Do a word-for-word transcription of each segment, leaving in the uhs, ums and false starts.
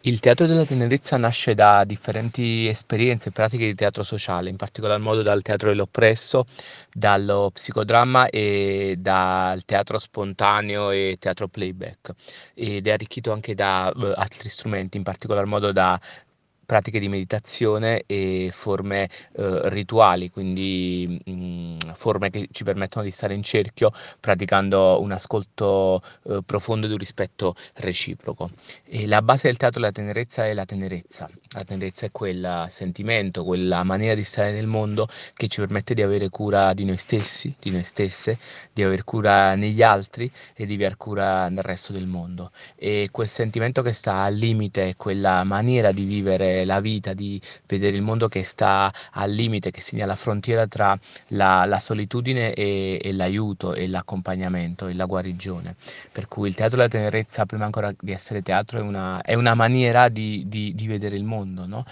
Il teatro della tenerezza nasce da differenti esperienze e pratiche di teatro sociale, in particolar modo dal teatro dell'oppresso, dallo psicodramma e dal teatro spontaneo e teatro playback. Ed è arricchito anche da, uhm, altri strumenti, in particolar modo da pratiche di meditazione e forme, uhm, rituali, quindi, mhmm, forme che ci permettono di stare in cerchio praticando un ascolto, uhm, profondo ed un rispetto reciproco. E la base del teatro della tenerezza è la tenerezza. La tenerezza è quel sentimento, quella maniera di stare nel mondo che ci permette di avere cura di noi stessi, di noi stesse, di aver cura negli altri e di aver cura nel resto del mondo. E quel sentimento che sta al limite, quella maniera di vivere la vita, di vedere il mondo che sta al limite, che segna la frontiera tra la la solitudine e e l'aiuto e l'accompagnamento e la guarigione. Per cui il teatro della tenerezza, prima ancora di essere teatro, è una è una maniera di di di vedere il mondo, no,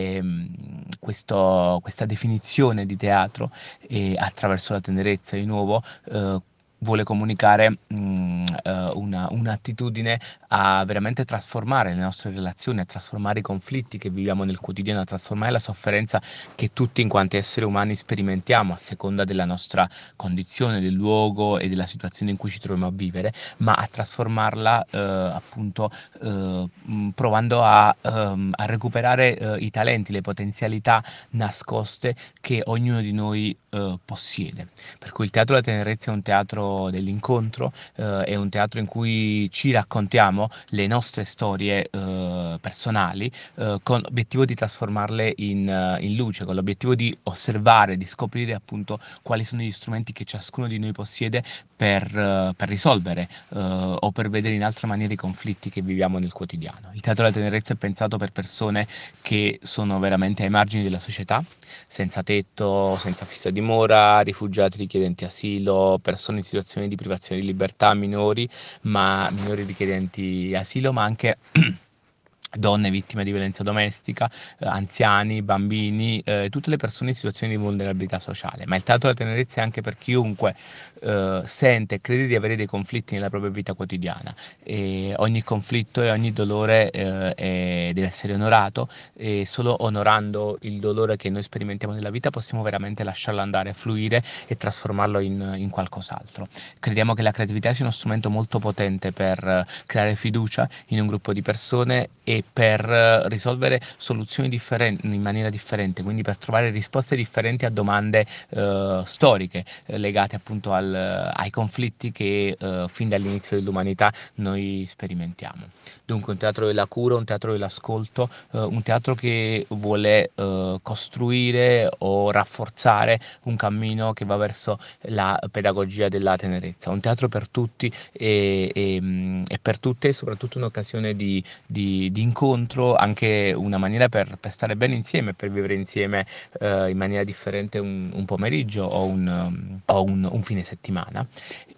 ehm, questo questa definizione di teatro, ehm, attraverso la tenerezza di nuovo, uhm, vuole comunicare, mhmm, uhm, una un'attitudine a veramente trasformare le nostre relazioni, a trasformare i conflitti che viviamo nel quotidiano, a trasformare la sofferenza che tutti in quanto esseri umani sperimentiamo a seconda della nostra condizione, del luogo e della situazione in cui ci troviamo a vivere, ma a trasformarla, uhm, appunto, uhm, mhmm, provando a uhm, a recuperare, uhm, i talenti, le potenzialità nascoste che ognuno di noi, uhm, possiede. Per cui il teatro della tenerezza è un teatro dell'incontro, uhm, è un teatro in cui ci raccontiamo le nostre storie, uhm, personali, uhm, con l'obiettivo di trasformarle in in luce, con l'obiettivo di osservare, di scoprire appunto quali sono gli strumenti che ciascuno di noi possiede per per risolvere, uhm, o per vedere in altre maniere i conflitti che viviamo nel quotidiano. Il teatro della tenerezza è pensato per persone che sono veramente ai margini della società, senza tetto, senza fissa dimora, rifugiati, richiedenti asilo, persone in situazioni di privazione di libertà, minori, ma minori richiedenti asilo, ma anche donne vittime di violenza domestica, uhm, anziani, bambini, uhm, tutte le persone in situazioni di vulnerabilità sociale. Ma il teatro della tenerezza è anche per chiunque, uhm, sente e crede di avere dei conflitti nella propria vita quotidiana. E ogni conflitto e ogni dolore, uhm, è deve essere onorato e solo onorando il dolore che noi sperimentiamo nella vita possiamo veramente lasciarlo andare, fluire e trasformarlo in in qualcos'altro. Crediamo che la creatività sia uno strumento molto potente per creare fiducia in un gruppo di persone e per risolvere soluzioni differen in maniera differente, quindi per trovare risposte differenti a domande, uhm, storiche, eh, legate appunto al ai conflitti che, uhm, fin dall'inizio dell'umanità noi sperimentiamo. Dunque un teatro della cura, un teatro dell'ascolto, uhm, un teatro che vuole, uhm, costruire o rafforzare un cammino che va verso la pedagogia della tenerezza. Un teatro per tutti e ehm, e per tutte e soprattutto un'occasione di di di incontro, anche una maniera per per stare bene insieme, per vivere insieme, uhm, in maniera differente un un pomeriggio o un o un un fine settimana.